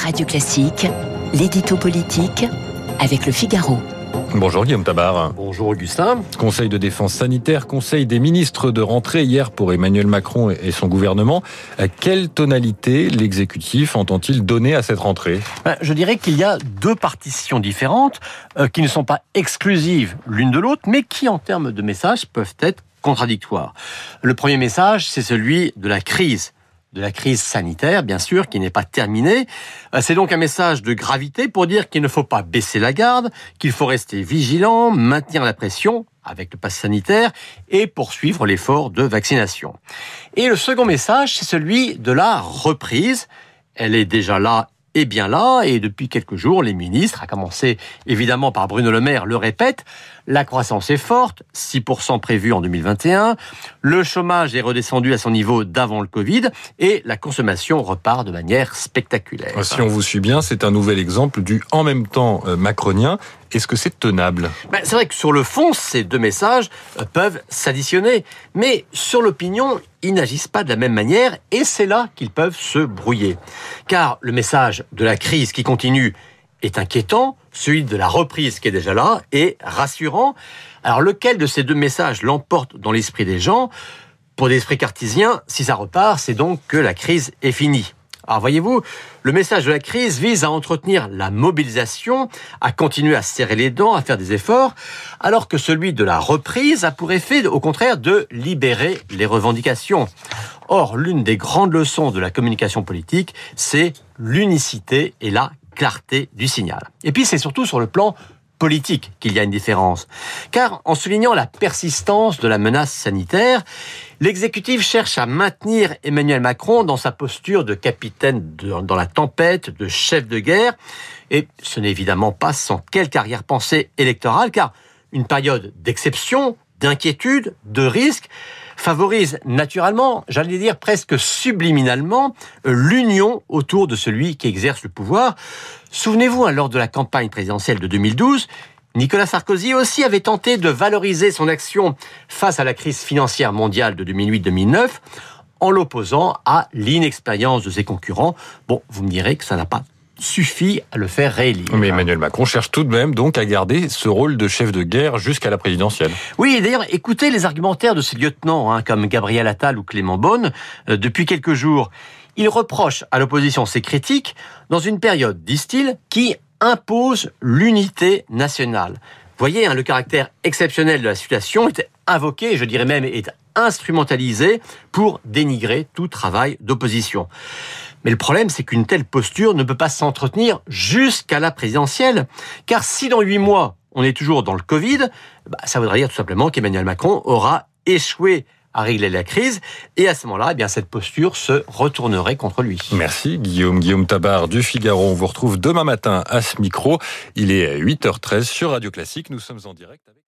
Radio Classique, l'édito politique avec Le Figaro. Bonjour Guillaume Tabar. Bonjour Augustin. Conseil de défense sanitaire, conseil des ministres de rentrée hier pour Emmanuel Macron et son gouvernement. Quelle tonalité l'exécutif entend-il donner à cette rentrée ? Je dirais qu'il y a deux partitions différentes qui ne sont pas exclusives l'une de l'autre, mais qui en termes de messages peuvent être contradictoires. Le premier message, c'est celui de la crise sanitaire, bien sûr, qui n'est pas terminée. C'est donc un message de gravité pour dire qu'il ne faut pas baisser la garde, qu'il faut rester vigilant, maintenir la pression avec le pass sanitaire et poursuivre l'effort de vaccination. Et le second message, c'est celui de la reprise. Elle est déjà là et bien là, et depuis quelques jours, les ministres, à commencer évidemment par Bruno Le Maire, le répètent, la croissance est forte, 6% prévu en 2021, le chômage est redescendu à son niveau d'avant le Covid, et la consommation repart de manière spectaculaire. Si on vous suit bien, c'est un nouvel exemple du « en même temps » macronien. Est-ce que c'est tenable ? C'est vrai que sur le fond, ces deux messages peuvent s'additionner, mais sur l'opinion, ils n'agissent pas de la même manière, et c'est là qu'ils peuvent se brouiller. Car le message de la crise qui continue est inquiétant, celui de la reprise qui est déjà là est rassurant. Alors lequel de ces deux messages l'emporte dans l'esprit des gens ? Pour des esprits cartésiens, si ça repart, c'est donc que la crise est finie. Alors voyez-vous, le message de la crise vise à entretenir la mobilisation, à continuer à serrer les dents, à faire des efforts, alors que celui de la reprise a pour effet, au contraire, de libérer les revendications. Or, l'une des grandes leçons de la communication politique, c'est l'unicité et la clarté du signal. Et puis c'est surtout sur le plan politique qu'il y a une différence. Car en soulignant la persistance de la menace sanitaire, l'exécutif cherche à maintenir Emmanuel Macron dans sa posture de capitaine dans la tempête, de chef de guerre. Et ce n'est évidemment pas sans quelque arrière-pensée électorale, car une période d'exception, d'inquiétude, de risque, favorise naturellement, j'allais dire presque subliminalement, l'union autour de celui qui exerce le pouvoir. Souvenez-vous, lors de la campagne présidentielle de 2012, Nicolas Sarkozy aussi avait tenté de valoriser son action face à la crise financière mondiale de 2008-2009 en l'opposant à l'inexpérience de ses concurrents. Bon, vous me direz que ça n'a pas suffit à le faire réélire. Mais Emmanuel Macron cherche tout de même donc à garder ce rôle de chef de guerre jusqu'à la présidentielle. Oui, et d'ailleurs, écoutez les argumentaires de ses lieutenants, comme Gabriel Attal ou Clément Beaune, depuis quelques jours. Ils reprochent à l'opposition ces critiques dans une période, disent-ils, qui impose l'unité nationale. Vous voyez, le caractère exceptionnel de la situation est invoqué, je dirais même est instrumentalisé pour dénigrer tout travail d'opposition. Mais le problème, c'est qu'une telle posture ne peut pas s'entretenir jusqu'à la présidentielle. Car si dans 8 mois, on est toujours dans le Covid, ça voudrait dire tout simplement qu'Emmanuel Macron aura échoué à régler la crise. Et à ce moment-là, cette posture se retournerait contre lui. Merci Guillaume Tabar du Figaro. On vous retrouve demain matin à ce micro. Il est 8h13 sur Radio Classique. Nous sommes en direct avec...